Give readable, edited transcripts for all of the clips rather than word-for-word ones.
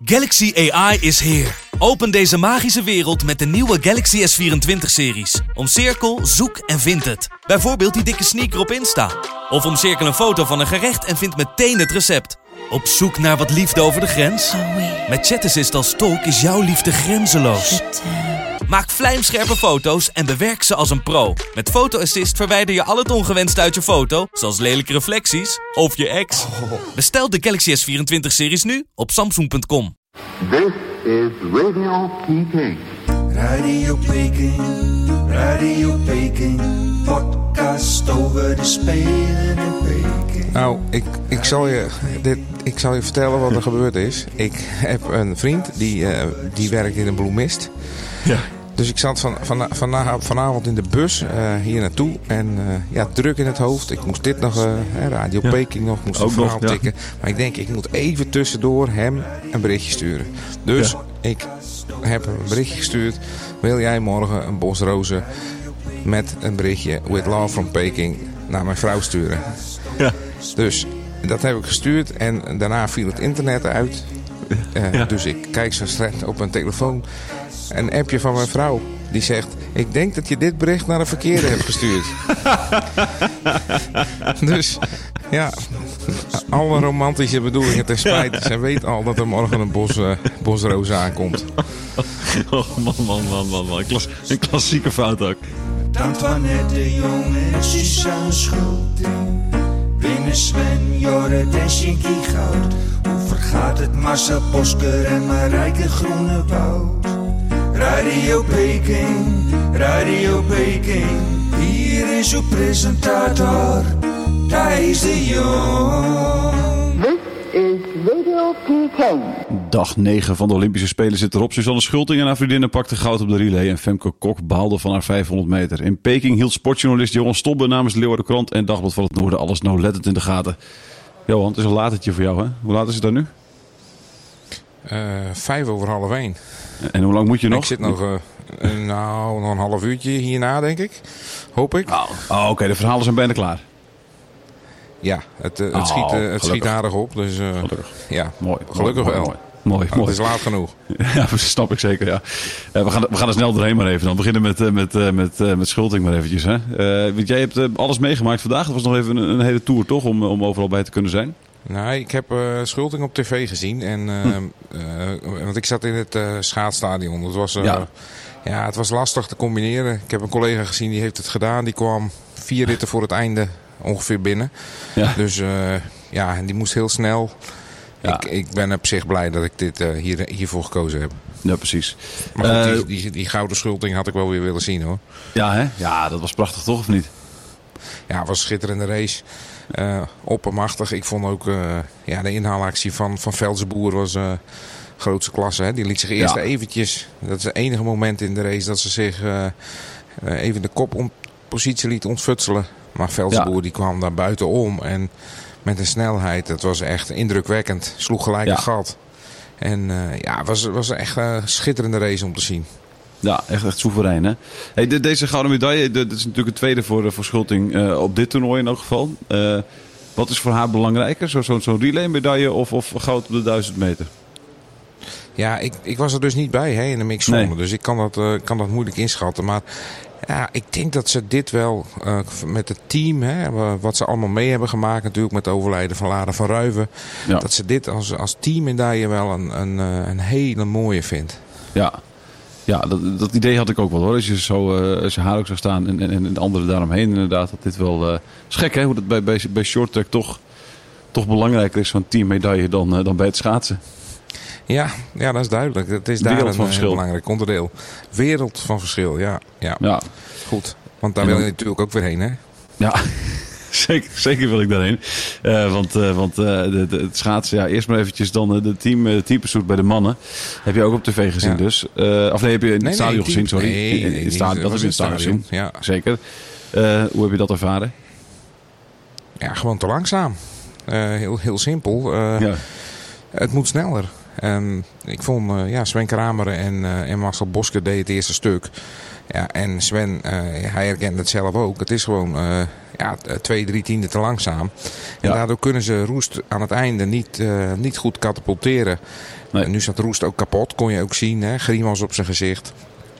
Galaxy AI is here. Open deze magische wereld met de nieuwe Galaxy S24-series. Omcirkel, zoek en vind het. Bijvoorbeeld die dikke sneaker op Insta. Of omcirkel een foto van een gerecht en vind meteen het recept. Op zoek naar wat liefde over de grens? Met ChatAssist als tolk is jouw liefde grenzeloos. Maak vlijmscherpe foto's en bewerk ze als een pro. Met Photo Assist verwijder je al het ongewenst uit je foto, zoals lelijke reflecties of je ex. Bestel de Galaxy S24-series nu op Samsung.com. This is Radio Peking. Radio Peking, Radio Peking, podcast over de Spelen in Peking. Nou, ik zal je vertellen wat er gebeurd is. Ik heb een vriend die werkt in een bloemist. Ja. Dus ik zat vanavond in de bus hier naartoe. En druk in het hoofd. Ik moest dit nog, Radio Peking nog, moest een verhaal tikken. Maar ik denk, ik moet even tussendoor hem een berichtje sturen. Dus ik heb hem een berichtje gestuurd. Wil jij morgen een bos rozen met een berichtje with love from Peking naar mijn vrouw sturen? Ja. Dus dat heb ik gestuurd en daarna viel het internet uit. Dus ik kijk zo slecht op mijn telefoon. Een appje van mijn vrouw die zegt: ik denk dat je dit bericht naar de verkeerde hebt gestuurd. Dus ja, alle romantische bedoelingen ten spijt. Zij weet al dat er morgen een bos rozen aankomt. Oh, man. Een klassieke fout ook. Antoinette de Jong en Suzanne Schulting. Winnen Sven, Jorrit en Shinky Goud. Hoe vergaat het Marcel Bosker en Marijke Groenewoud? Radio Peking, Radio Peking. Hier is uw presentator, Thijs de Jong. This is Radio Peking. Dag 9 van de Olympische Spelen zit erop. Suzanne Schulting en haar vriendinnen pakten goud op de relay. En Femke Kok behaalde van haar 500 meter. In Peking hield sportjournalist Johan Stobbe namens de Leeuwardenkrant en Dagblad van het Noorden alles nauwlettend in de gaten. Johan, het is een latertje voor jou, hè? Hoe laat is het dan nu? 1:05. En hoe lang moet je nog? Ik zit nog een half uurtje hierna, denk ik. Hoop ik. Oké, de verhalen zijn bijna klaar. Ja, het schiet aardig op. Dus, Gelukkig. Ja, Mooi. gelukkig wel. Mooi. Het is laat genoeg. Ja, dat snap ik zeker, ja. We gaan er snel doorheen maar even. Dan beginnen met Schulting maar eventjes. Hè. Want jij hebt alles meegemaakt vandaag. Dat was nog even een hele tour, toch? Om overal bij te kunnen zijn. Nou, ik heb Schulting op tv gezien. En, want ik zat in het schaatsstadion. Het was, het was lastig te combineren. Ik heb een collega gezien, die heeft het gedaan. Die kwam 4 ritten voor het einde ongeveer binnen. Ja. Dus die moest heel snel. Ja. Ik ben op zich blij dat ik dit hiervoor gekozen heb. Ja, precies. Maar goed, die gouden Schulting had ik wel weer willen zien, hoor. Ja, hè? Ja, dat was prachtig, toch? Of niet? Ja, het was een schitterende race. Oppermachtig. Ik vond ook de inhaalactie van Velzenboer was grootste klasse. Hè? Die liet zich eerst eventjes, dat is het enige moment in de race dat ze zich even de koppositie liet ontfutselen. Maar Velzenboer die kwam daar buitenom en met een snelheid, dat was echt indrukwekkend. Sloeg gelijk een gat. En het was echt een schitterende race om te zien. Ja, echt soeverein, hè? Hey, deze gouden medaille, dat is natuurlijk het tweede voor Schulting op dit toernooi in elk geval. Wat is voor haar belangrijker? Zo'n relay medaille of goud op de 1000 meter? Ja, ik was er dus niet bij in de mixzone. Nee. Dus ik kan dat moeilijk inschatten. Maar ja, ik denk dat ze dit wel met het team, wat ze allemaal mee hebben gemaakt natuurlijk met het overlijden van Lara van Ruiven. Ja. Dat ze dit als teammedaille wel een hele mooie vindt. Ja, dat idee had ik ook wel, hoor. Als je haar ook zou staan en de anderen daaromheen inderdaad. Dat dit wel is gek, hè? Hoe dat bij shorttrack toch belangrijker is zo'n teammedaille dan bij het schaatsen. Ja, dat is duidelijk. Het is daar een heel belangrijk onderdeel. Wereld van verschil, ja. Goed, want daar wil je natuurlijk ook weer heen, hè? Ja, zeker wil ik daarheen. Want het schaatsen, eerst maar eventjes dan de teampursuit bij de mannen. Heb je ook op tv gezien dus? Heb je in het stadion gezien, sorry? Nee, dat heb je in het stadion gezien. Ja. Zeker. Hoe heb je dat ervaren? Ja, gewoon te langzaam. Heel simpel. Het moet sneller. Ik vond Sven Kramer en Marcel Bosker deed het eerste stuk. Ja, en Sven, hij herkent het zelf ook. Het is gewoon 2-3 tienden te langzaam. En daardoor kunnen ze Roest aan het einde niet goed katapulteren. Nee. Nu staat Roest ook kapot, kon je ook zien. Hè? Grimas op zijn gezicht.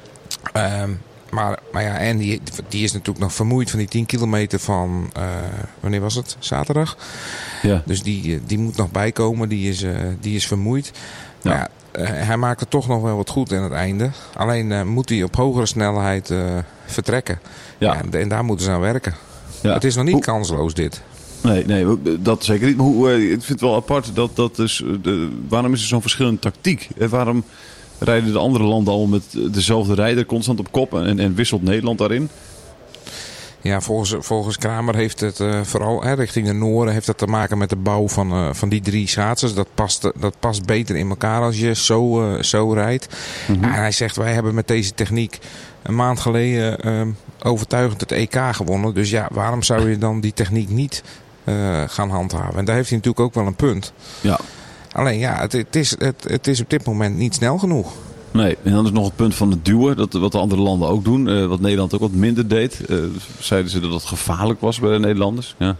Maar ja, en die is natuurlijk nog vermoeid van die 10 kilometer van, wanneer was het? Zaterdag. Ja. Dus die moet nog bijkomen, die is vermoeid. Ja. Maar hij maakte toch nog wel wat goed aan het einde. Alleen moet hij op hogere snelheid vertrekken. Ja. Ja, en daar moeten ze aan werken. Ja. Het is nog niet kansloos dit. Nee, dat zeker niet. Maar ik vind het wel apart, waarom is er zo'n verschil in tactiek? Waarom rijden de andere landen al met dezelfde rijder constant op kop en wisselt Nederland daarin? Ja, volgens Kramer heeft het vooral richting de Noorden heeft dat te maken met de bouw van die 3 schaatsers. Dat past beter in elkaar als je zo rijdt. Mm-hmm. Ja, en hij zegt, wij hebben met deze techniek een maand geleden overtuigend het EK gewonnen. Dus ja, waarom zou je dan die techniek niet gaan handhaven? En daar heeft hij natuurlijk ook wel een punt. Ja. Alleen ja, het is op dit moment niet snel genoeg. Nee, en dan is nog het punt van het duwen, wat de andere landen ook doen. Wat Nederland ook wat minder deed. Zeiden ze dat het gevaarlijk was bij de Nederlanders? Ja.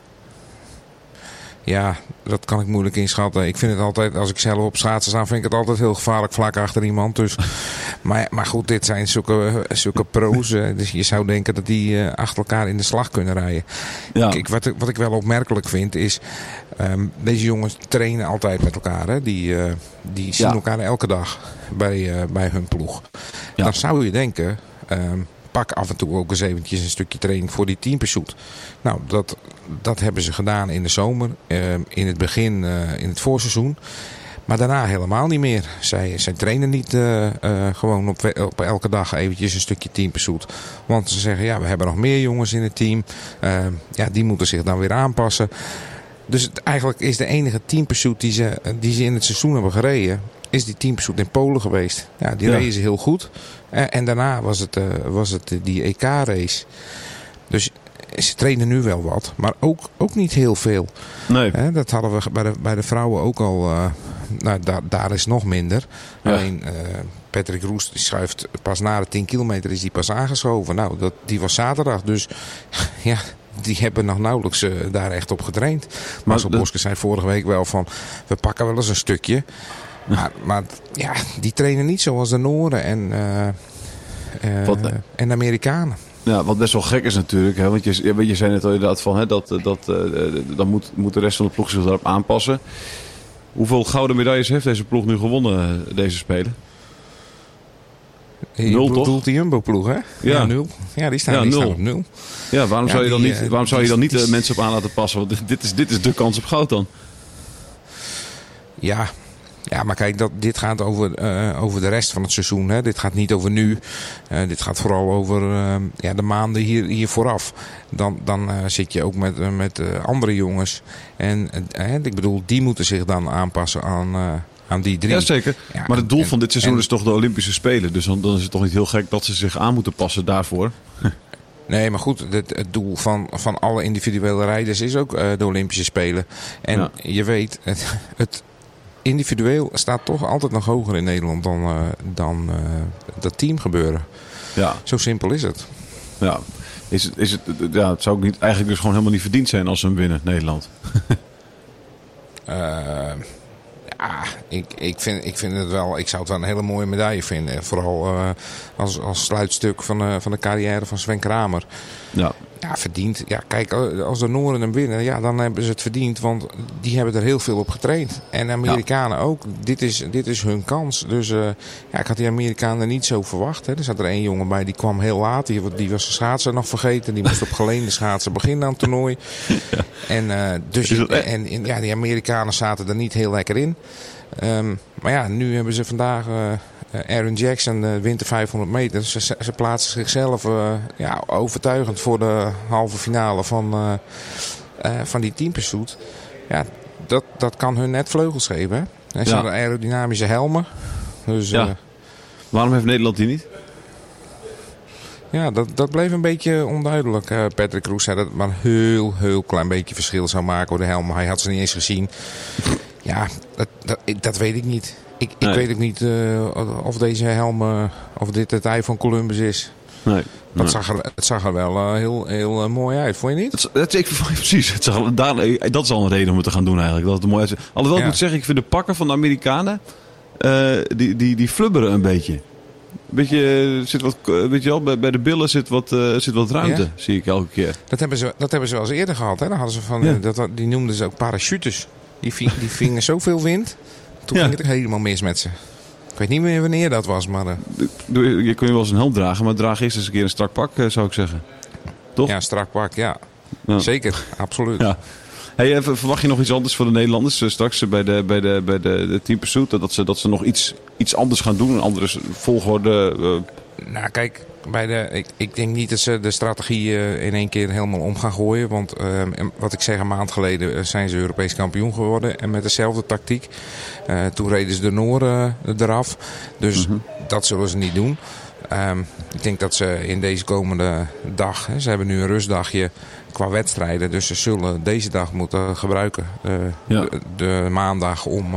Ja, dat kan ik moeilijk inschatten. Ik vind het altijd, als ik zelf op schaatsen sta, vind ik het altijd heel gevaarlijk vlak achter iemand. Dus, maar goed, dit zijn zulke pro's. Dus je zou denken dat die achter elkaar in de slag kunnen rijden. Ja. Kijk, wat ik wel opmerkelijk vind is, deze jongens trainen altijd met elkaar. Hè? Die zien elkaar elke dag bij hun ploeg. Ja. Dan zou je denken, pak af en toe ook eens eventjes een stukje training voor die teampursuit. Nou, dat hebben ze gedaan in de zomer, in het begin, in het voorseizoen. Maar daarna helemaal niet meer. Zij trainen niet gewoon op elke dag eventjes een stukje teampursuit. Want ze zeggen, ja, we hebben nog meer jongens in het team. Die moeten zich dan weer aanpassen. Dus eigenlijk is de enige teampursuit die ze in het seizoen hebben gereden, is die teampursuit in Polen geweest. Ja, die reden ze heel goed. En daarna was het die EK-race. Dus ze trainen nu wel wat, maar ook niet heel veel. Nee. Dat hadden we bij de vrouwen ook al. Daar is nog minder. Ja. Alleen Patrick Roest die schuift pas na de 10 kilometer is die pas aangeschoven. Nou, die was zaterdag. Dus ja, die hebben nog nauwelijks daar echt op getraind. Marcel Bosker zei vorige week wel van, we pakken wel eens een stukje. Maar ja, die trainen niet zoals de Nooren en de Amerikanen. Ja, wat best wel gek is natuurlijk. Hè? Want je zei net al inderdaad van, hè, dan moet de rest van de ploeg zich daarop aanpassen. Hoeveel gouden medailles heeft deze ploeg nu gewonnen, deze Spelen? 0, toch? Bedoelt de Jumbo-ploeg, hè? Ja, 0. Ja, die staan op 0. Ja, waarom zou je dan niet mensen op aan laten passen? Want dit is de kans op goud dan. Ja, maar kijk, dit gaat over de rest van het seizoen. Hè. Dit gaat niet over nu. Dit gaat vooral over de maanden hier vooraf. Dan zit je ook met andere jongens. En ik bedoel, die moeten zich dan aanpassen aan die 3. Jazeker. Ja, maar het doel van dit seizoen is toch de Olympische Spelen. Dus dan is het toch niet heel gek dat ze zich aan moeten passen daarvoor. Nee, maar goed, het doel van alle individuele rijders is ook de Olympische Spelen. En je weet, het individueel staat toch altijd nog hoger in Nederland dan dat teamgebeuren. Ja. Zo simpel is het. Ja. Het zou ook niet, eigenlijk dus gewoon helemaal niet verdiend zijn als ze hem winnen, Nederland. Ik vind het wel. Ik zou het wel een hele mooie medaille vinden. Vooral als sluitstuk van de carrière van Sven Kramer. Ja, verdiend. Ja, kijk, als de Nooren hem winnen, ja, dan hebben ze het verdiend. Want die hebben er heel veel op getraind. En de Amerikanen ook. Dit is hun kans. Dus ik had die Amerikanen niet zo verwacht. Hè. Er zat er één jongen bij, die kwam heel laat. Die was de schaatsen nog vergeten. Die moest op geleende schaatsen beginnen aan het toernooi. Ja. Die Amerikanen zaten er niet heel lekker in. Maar ja, nu hebben ze vandaag Aaron Jackson wint de 500 meter. Ze plaatsen zichzelf overtuigend voor de halve finale van die teampursuit. Ja, dat kan hun net vleugels geven. Hè? En ze hadden aerodynamische helmen. Dus, waarom heeft Nederland die niet? Ja, dat bleef een beetje onduidelijk. Patrick Roest zei dat het maar een heel klein beetje verschil zou maken door de helm. Hij had ze niet eens gezien. Ja, dat weet ik niet. Ik weet ook niet of deze helm, of dit het ei van Columbus is. Nee. Het zag er wel heel mooi uit, vond je niet? Precies. Dat is al een reden om het te gaan doen eigenlijk. Dat het er mooi uitziet. Alhoewel ik moet zeggen, ik vind de pakken van de Amerikanen, die flubberen een beetje. Zit wat, weet je wel, bij de billen zit wat ruimte, zie ik elke keer. Dat hebben ze wel eens eerder gehad. Hè? Dan hadden ze die noemden ze ook parachutes. Die vingen zoveel wind. Toen ging het er helemaal mis met ze. Ik weet niet meer wanneer dat was, maar... Je kun je wel eens een helm dragen, maar draag eerst eens een keer een strak pak, zou ik zeggen. Toch? Ja, strak pak, ja. Zeker, absoluut. Ja. Hey, verwacht je nog iets anders voor de Nederlanders straks bij de Team Pursuit? Dat ze nog iets anders gaan doen, een andere volgorde? Nou, kijk, ik denk niet dat ze de strategie in één keer helemaal om gaan gooien. Want wat ik zeg, een maand geleden zijn ze Europees kampioen geworden. En met dezelfde tactiek. Toen reden ze de Nooren eraf. Dus dat zullen ze niet doen. Ik denk dat ze in deze komende dag, ze hebben nu een rustdagje qua wedstrijden. Dus ze zullen deze dag moeten gebruiken. De maandag om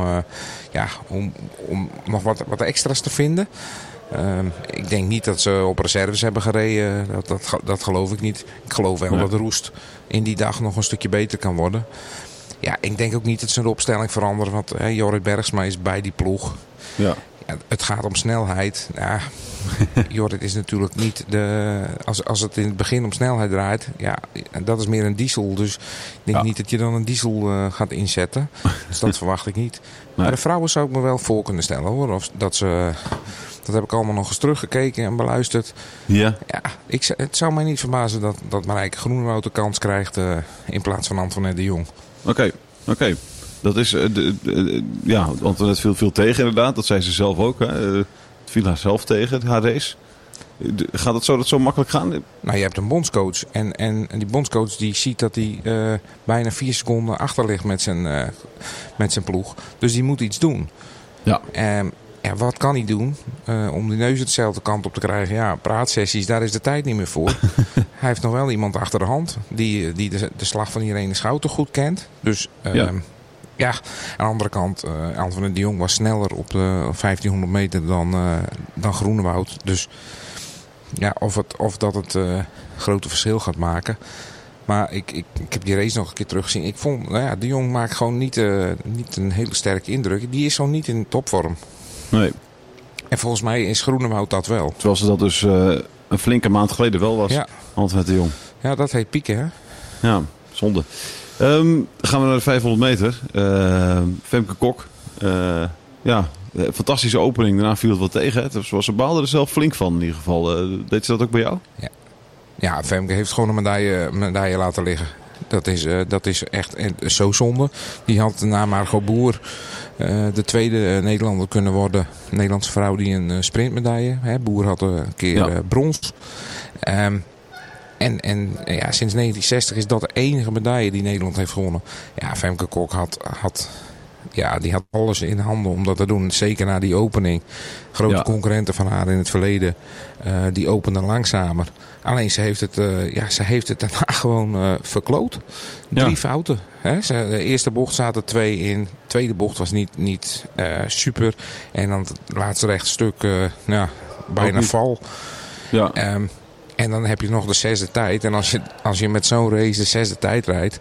nog wat extra's te vinden. Ik denk niet dat ze op reserves hebben gereden. Dat geloof ik niet. Ik geloof wel dat Roest in die dag nog een stukje beter kan worden. Ja, ik denk ook niet dat ze de opstelling veranderen. Want Jorrit Bergsma is bij die ploeg. Ja. Ja, het gaat om snelheid. Ja, Jorrit is natuurlijk niet als het in het begin om snelheid draait. Ja, dat is meer een diesel. Dus ik denk niet dat je dan een diesel gaat inzetten. Dus dat verwacht ik niet. Nee. Maar de vrouwen zou ik me wel voor kunnen stellen, hoor. Of dat heb ik allemaal nog eens teruggekeken en beluisterd. Ja. Het zou mij niet verbazen dat Marijke Groenewoud de kans krijgt in plaats van Antoinette de Jong. Oké. Dat is, Antoinette viel veel tegen inderdaad. Dat zei ze zelf ook. Hè. Het viel haar zelf tegen, haar race. Gaat het zo makkelijk gaan? Nou, je hebt een bondscoach. En die bondscoach die ziet dat hij bijna 4 seconden achter ligt met zijn ploeg. Dus die moet iets doen. Ja. Wat kan hij doen om die neus dezelfde kant op te krijgen? Ja, praatsessies, daar is de tijd niet meer voor. Hij heeft nog wel iemand achter de hand die de slag van Irene Schouten goed kent. Dus aan de andere kant, Antoinette de Jong was sneller op de 1500 meter dan Groenewoud. Dus ja, of dat het grote verschil gaat maken. Maar ik heb die race nog een keer teruggezien. Ik vond, de Jong maakt gewoon niet een hele sterke indruk. Die is zo niet in topvorm. Nee. En volgens mij is Groenewoud dat wel. Terwijl ze dat dus een flinke maand geleden wel was. Ja. Antoinette de Jong. Ja, dat heet pieken, hè? Ja, zonde. Gaan we naar de 500 meter. Femke Kok. Fantastische opening. Daarna viel het wat tegen. Hè? Ze baalde er zelf flink van in ieder geval. Deed ze dat ook bij jou? Ja, Femke heeft gewoon een medaille laten liggen. Dat is echt zo zonde. Die had na Margot Boer de tweede Nederlander kunnen worden. Een Nederlandse vrouw die een sprintmedaille. Boer had een keer brons. Sinds 1960 is dat de enige medaille die Nederland heeft gewonnen. Ja, Femke Kok die had alles in handen om dat te doen. Zeker na die opening. Grote concurrenten van haar in het verleden. Die openden langzamer. Alleen ze heeft het daarna gewoon verkloot. 3 fouten. Hè? De eerste bocht zaten 2 in. De tweede bocht was niet super. En dan het laatste rechtstuk bijna val. Ja. En dan heb je nog de 6e tijd. En als je met zo'n race de 6e tijd rijdt.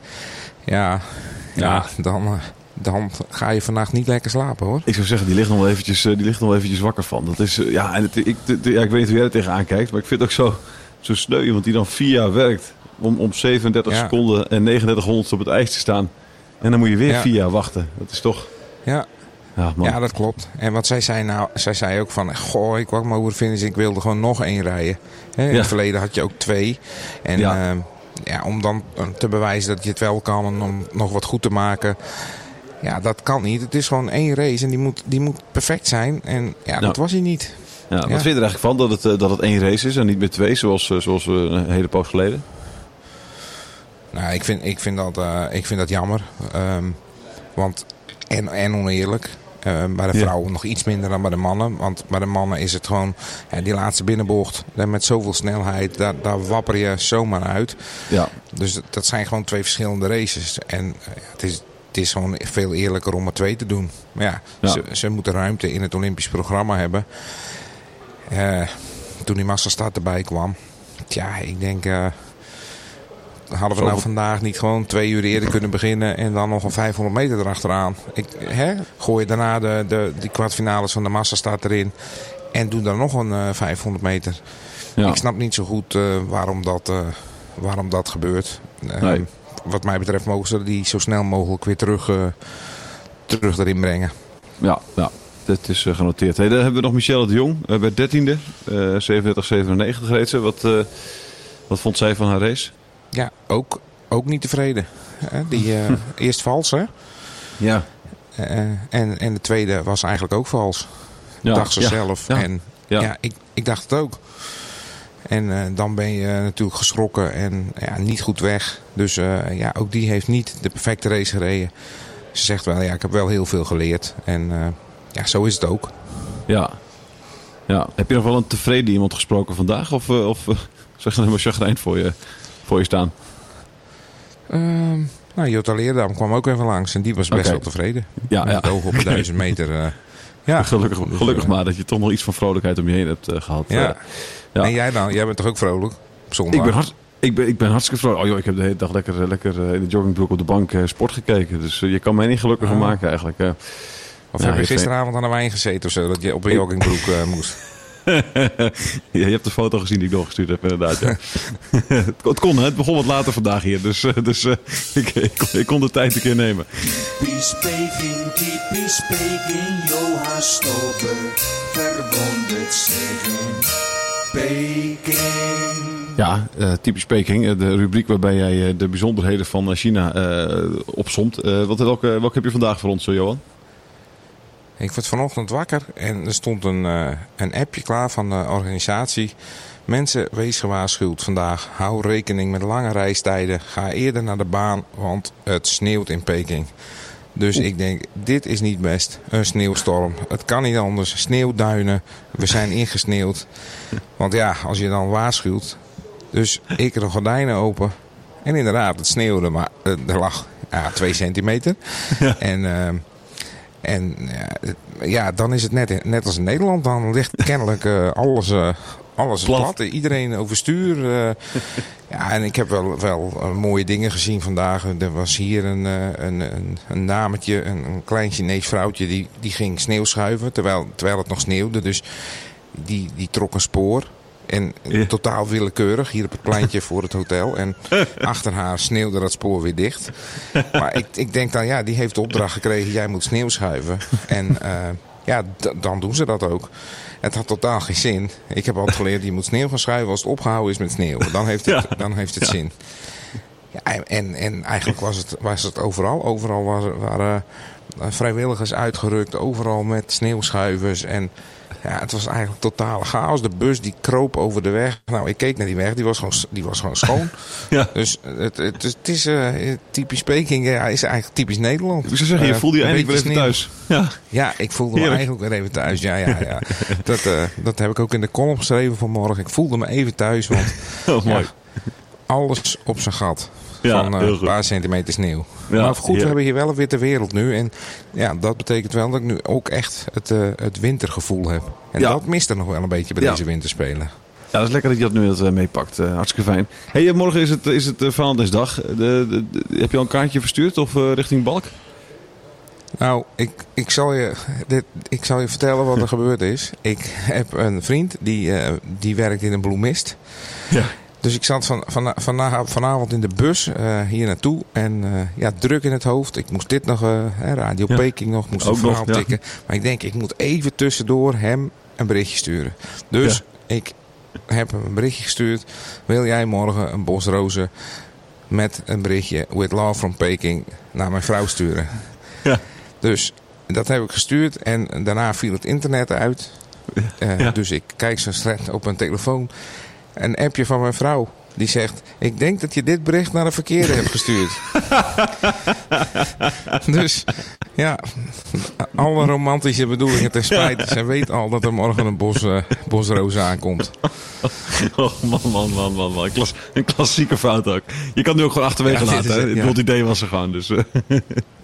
Dan ga je vannacht niet lekker slapen, hoor. Ik zou zeggen, die ligt nog wel eventjes wakker van. Dat is, ik weet niet hoe jij er tegenaan kijkt. Maar ik vind het ook zo sneu. Iemand die dan 4 jaar werkt om 37 seconden en 3900 op het ijs te staan. En dan moet je weer 4 jaar wachten. Dat is toch... Ja, dat klopt. En wat zij zei ook van... Goh, ik kwam over de finish, ik wilde gewoon nog 1 rijden. In het verleden had je ook 2. En om dan te bewijzen dat je het wel kan en om nog wat goed te maken... Ja, dat kan niet. Het is gewoon 1 race en die moet perfect zijn. En dat was hij niet. Ja, wat vind je er eigenlijk van dat het 1 race is en niet meer 2 zoals een hele poos geleden? Nou, ik vind dat jammer. Want en oneerlijk. Bij de vrouwen nog iets minder dan bij de mannen. Want bij de mannen is het gewoon... die laatste binnenbocht met zoveel snelheid. Daar wapper je zomaar uit. Ja. Dus dat zijn gewoon 2 verschillende races. En het het is gewoon veel eerlijker om er 2 te doen. Maar ze moeten ruimte in het Olympisch programma hebben. Toen die massastart erbij kwam. Tja, ik denk... hadden we nou vandaag niet gewoon 2 uur eerder kunnen beginnen en dan nog een 500 meter erachteraan. Gooi je daarna die kwartfinales van de massastart erin en doe dan nog een 500 meter. Ja. Ik snap niet zo goed waarom dat gebeurt. Nee. Wat mij betreft mogen ze die zo snel mogelijk weer terug erin brengen. Ja, dat is genoteerd. Hey, dan hebben we nog Michelle de Jong bij 13e. 37-97 reed ze. Wat vond zij van haar race? Ja, ook niet tevreden. Eerst vals, hè? Ja. En de tweede was eigenlijk ook vals. Dacht ze zelf. Ja. En ik dacht het ook. En dan ben je natuurlijk geschrokken en niet goed weg. Dus ook die heeft niet de perfecte race gereden. Ze zegt wel, ik heb wel heel veel geleerd. En zo is het ook. Ja. Heb je nog wel een tevreden iemand gesproken vandaag? Of zeg je helemaal chagrijnd voor je staan? Jutta Leerdam kwam ook even langs en die was best wel tevreden. Met het oog op de 1000 meter. Gelukkig maar dat je toch nog iets van vrolijkheid om je heen hebt gehad. Ja. En jij dan? Jij bent toch ook vrolijk op zondag? Ik ben hartstikke vrolijk. Oh joh, ik heb de hele dag lekker in de joggingbroek op de bank sport gekeken. Dus je kan mij niet gelukkiger maken eigenlijk. Of heb je gisteravond aan de wijn gezeten of zo, dat je op een joggingbroek moest? Je hebt de foto gezien die ik doorgestuurd heb, inderdaad. Ja. Het kon, hè? Het begon wat later vandaag hier. Dus ik kon de tijd een keer nemen. Typisch Peking, Johan Stober verwondert zich in Peking. Ja, typisch Peking. De rubriek waarbij jij de bijzonderheden van China opsomt. Welke heb je vandaag voor ons, Johan? Ik werd vanochtend wakker en er stond een appje klaar van de organisatie. Mensen, wees gewaarschuwd vandaag. Hou rekening met lange reistijden. Ga eerder naar de baan, want het sneeuwt in Peking. Dus ik denk, dit is niet best. Een sneeuwstorm. Het kan niet anders. Sneeuwduinen. We zijn ingesneeuwd. Want als je dan waarschuwt. Dus ik de gordijnen open. En inderdaad, het sneeuwde. Maar er lag 2 centimeter. Ja. En dan is het net als in Nederland. Dan ligt kennelijk alles plat. Iedereen overstuur. En ik heb wel mooie dingen gezien vandaag. Er was hier een dametje, een klein Chinees vrouwtje. Die ging sneeuw schuiven terwijl het nog sneeuwde. Dus die trok een spoor. En totaal willekeurig hier op het pleintje voor het hotel. En achter haar sneeuwde dat spoor weer dicht. Maar ik denk dan, die heeft de opdracht gekregen. Jij moet sneeuw schuiven. En dan doen ze dat ook. Het had totaal geen zin. Ik heb altijd geleerd, je moet sneeuw gaan schuiven als het opgehouden is met sneeuw. Dan heeft het zin. Ja, en eigenlijk was het overal. Overal waren vrijwilligers uitgerukt. Overal met sneeuwschuivers en... Ja, het was eigenlijk totale chaos. De bus die kroop over de weg. Nou, ik keek naar die weg. Die was gewoon schoon. Ja. Dus het is typisch Peking. Ja, is eigenlijk typisch Nederland. Ik zou zeggen, je voelde je eigenlijk weer even thuis. Ja, ik voelde me eigenlijk weer even thuis. Ja. Dat heb ik ook in de column geschreven vanmorgen. Ik voelde me even thuis. Want mooi. Alles op zijn gat. Van een paar centimeter sneeuw. Ja, maar goed, we hebben hier wel een witte wereld nu. En dat betekent wel dat ik nu ook echt het wintergevoel heb. En dat mist er nog wel een beetje bij deze winterspelen. Ja, dat is lekker dat je dat nu meepakt. Hartstikke fijn. Hey, morgen is het Valentijnsdag. Heb je al een kaartje verstuurd of richting Balk? Nou, ik zal je vertellen wat er gebeurd is. Ik heb een vriend die werkt in een bloemist. Ja. Dus ik zat vanavond in de bus hier naartoe. En druk in het hoofd. Ik moest dit nog, Radio Peking nog, moest een verhaal tikken. Maar ik denk, ik moet even tussendoor hem een berichtje sturen. Dus ik heb hem een berichtje gestuurd. Wil jij morgen een bos rozen met een berichtje with love from Peking naar mijn vrouw sturen? Ja. Dus dat heb ik gestuurd. En daarna viel het internet uit. Dus ik kijk zo slecht op mijn telefoon. Een appje van mijn vrouw. Die zegt, ik denk dat je dit bericht naar de verkeerde hebt gestuurd. Dus alle romantische bedoelingen ten spijt. Zij weet al dat er morgen een bosroos aankomt. Oh man. Een klassieke fout ook. Je kan nu ook gewoon achterwege laten. Het idee was er gewoon. Dus.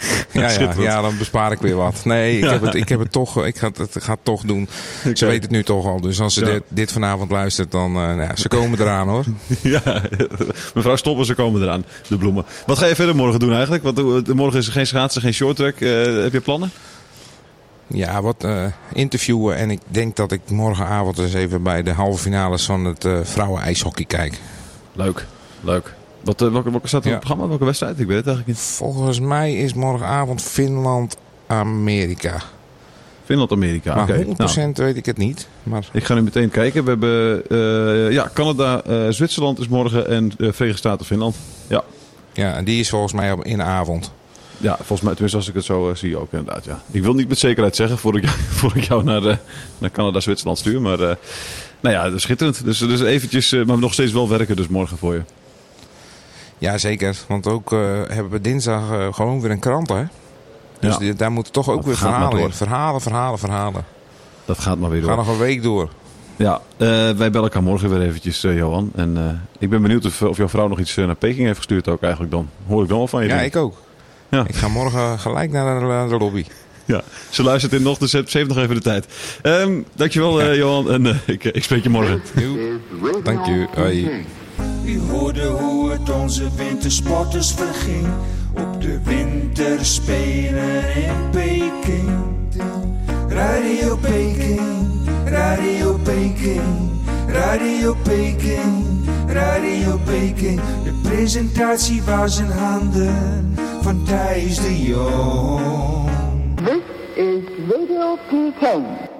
Ja, dan bespaar ik weer wat. Nee, ik heb het toch. Ik ga het toch doen. Okay. Ze weet het nu toch al. Dus als ze dit vanavond luistert, dan ze komen eraan hoor. Ja, mevrouw Stobbe, ze komen eraan. De bloemen. Wat ga je verder morgen doen eigenlijk? Want morgen is er geen schaatsen, geen shorttrack. Heb je plannen? Ja, wat interviewen. En ik denk dat ik morgenavond eens even bij de halve finales van het vrouwen-ijshockey kijk. Leuk. Welke staat er op het programma? Welke wedstrijd? Ik weet het eigenlijk niet. Volgens mij is morgenavond Finland-Amerika. Finland-Amerika, oké. 100% Nou, weet ik het niet. Maar... Ik ga nu meteen kijken. We hebben Canada, Zwitserland is morgen en Verenigde Staten-Finland. Ja, en die is volgens mij in de avond. Ja, volgens mij, tenminste als ik het zo zie ook inderdaad. Ja. Ik wil niet met zekerheid zeggen voor ik jou naar Canada-Zwitserland stuur. Maar nou ja, schitterend. Dus eventjes, maar nog steeds wel werken dus morgen voor je. Ja, zeker. Want ook hebben we dinsdag gewoon weer een krant, hè? Dus daar moeten toch ook weer verhalen in. Verhalen. Dat gaat maar weer door. We gaan nog een week door. Ja, wij bellen elkaar morgen weer eventjes, Johan. En ik ben benieuwd of jouw vrouw nog iets naar Peking heeft gestuurd ook eigenlijk dan. Hoor ik dan wel van je. Ja, ik ook. Ja. Ik ga morgen gelijk naar de lobby. Ja, ze luistert in nog, dus ze heeft nog even de tijd. Dankjewel, Johan. En ik spreek je morgen. Dank je. Hoi. U hoorde hoe het onze wintersporters verging op de winterspelen in Peking. Radio Peking, Radio Peking, Radio Peking, Radio Peking. De presentatie was in handen van Thijs de Jong. This is Radio Peking.